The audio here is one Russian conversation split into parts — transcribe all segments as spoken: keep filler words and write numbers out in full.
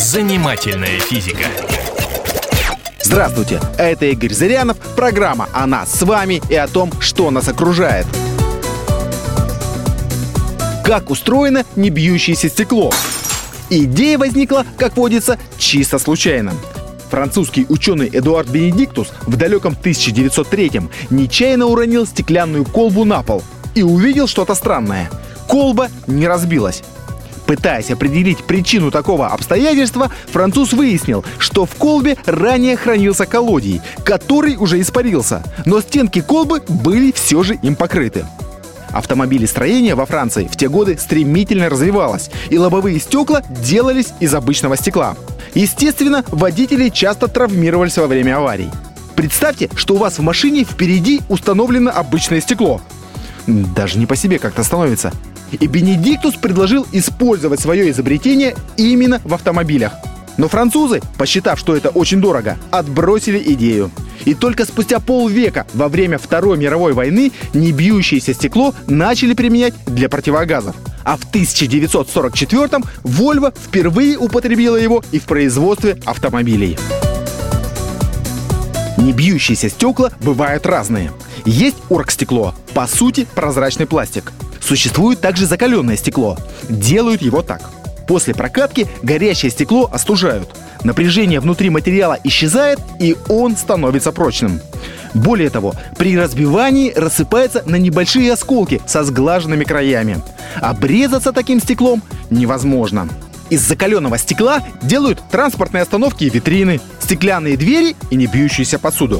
Занимательная физика. Здравствуйте, это Игорь Зырянов, программа о нас с вами и о том, что нас окружает. Как устроено небьющееся стекло? Идея возникла, как водится, чисто случайно. Французский ученый Эдуард Бенедиктус в далеком тысяча девятьсот третьем нечаянно уронил стеклянную колбу на пол и увидел что-то странное. Колба не разбилась. Пытаясь определить причину такого обстоятельства, француз выяснил, что в колбе ранее хранился коллодий, который уже испарился, но стенки колбы были все же им покрыты. Автомобилестроение во Франции в те годы стремительно развивалось, и лобовые стекла делались из обычного стекла. Естественно, водители часто травмировались во время аварий. Представьте, что у вас в машине впереди установлено обычное стекло. Даже не по себе как-то становится. И Бенедиктус предложил использовать свое изобретение именно в автомобилях. Но французы, посчитав, что это очень дорого, отбросили идею. И только спустя полвека, во время Второй мировой войны, небьющееся стекло начали применять для противогазов. А в тысяча девятьсот сорок четвёртом Volvo впервые употребила его и в производстве автомобилей. Небьющиеся стекла бывают разные. Есть оргстекло, по сути прозрачный пластик. Существует также закаленное стекло. Делают его так. После прокатки горячее стекло остужают. Напряжение внутри материала исчезает, и он становится прочным. Более того, при разбивании рассыпается на небольшие осколки со сглаженными краями. Обрезаться таким стеклом невозможно. Из закаленного стекла делают транспортные остановки и витрины, стеклянные двери и небьющуюся посуду.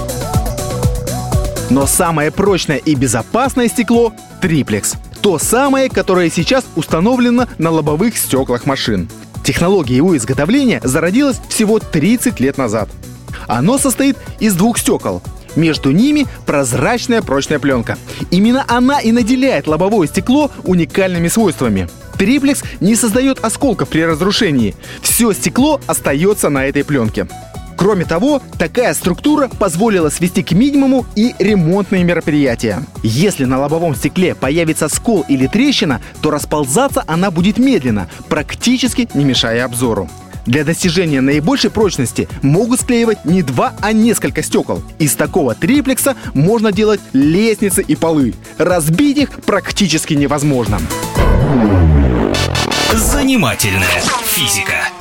Но самое прочное и безопасное стекло – триплекс. То самое, которое сейчас установлено на лобовых стеклах машин. Технология его изготовления зародилась всего тридцать лет назад. Оно состоит из двух стекол. Между ними прозрачная прочная пленка. Именно она и наделяет лобовое стекло уникальными свойствами. Триплекс не создает осколков при разрушении. Все стекло остается на этой пленке. Кроме того, такая структура позволила свести к минимуму и ремонтные мероприятия. Если на лобовом стекле появится скол или трещина, то расползаться она будет медленно, практически не мешая обзору. Для достижения наибольшей прочности могут склеивать не два, а несколько стекол. Из такого триплекса можно делать лестницы и полы. Разбить их практически невозможно. Занимательная физика.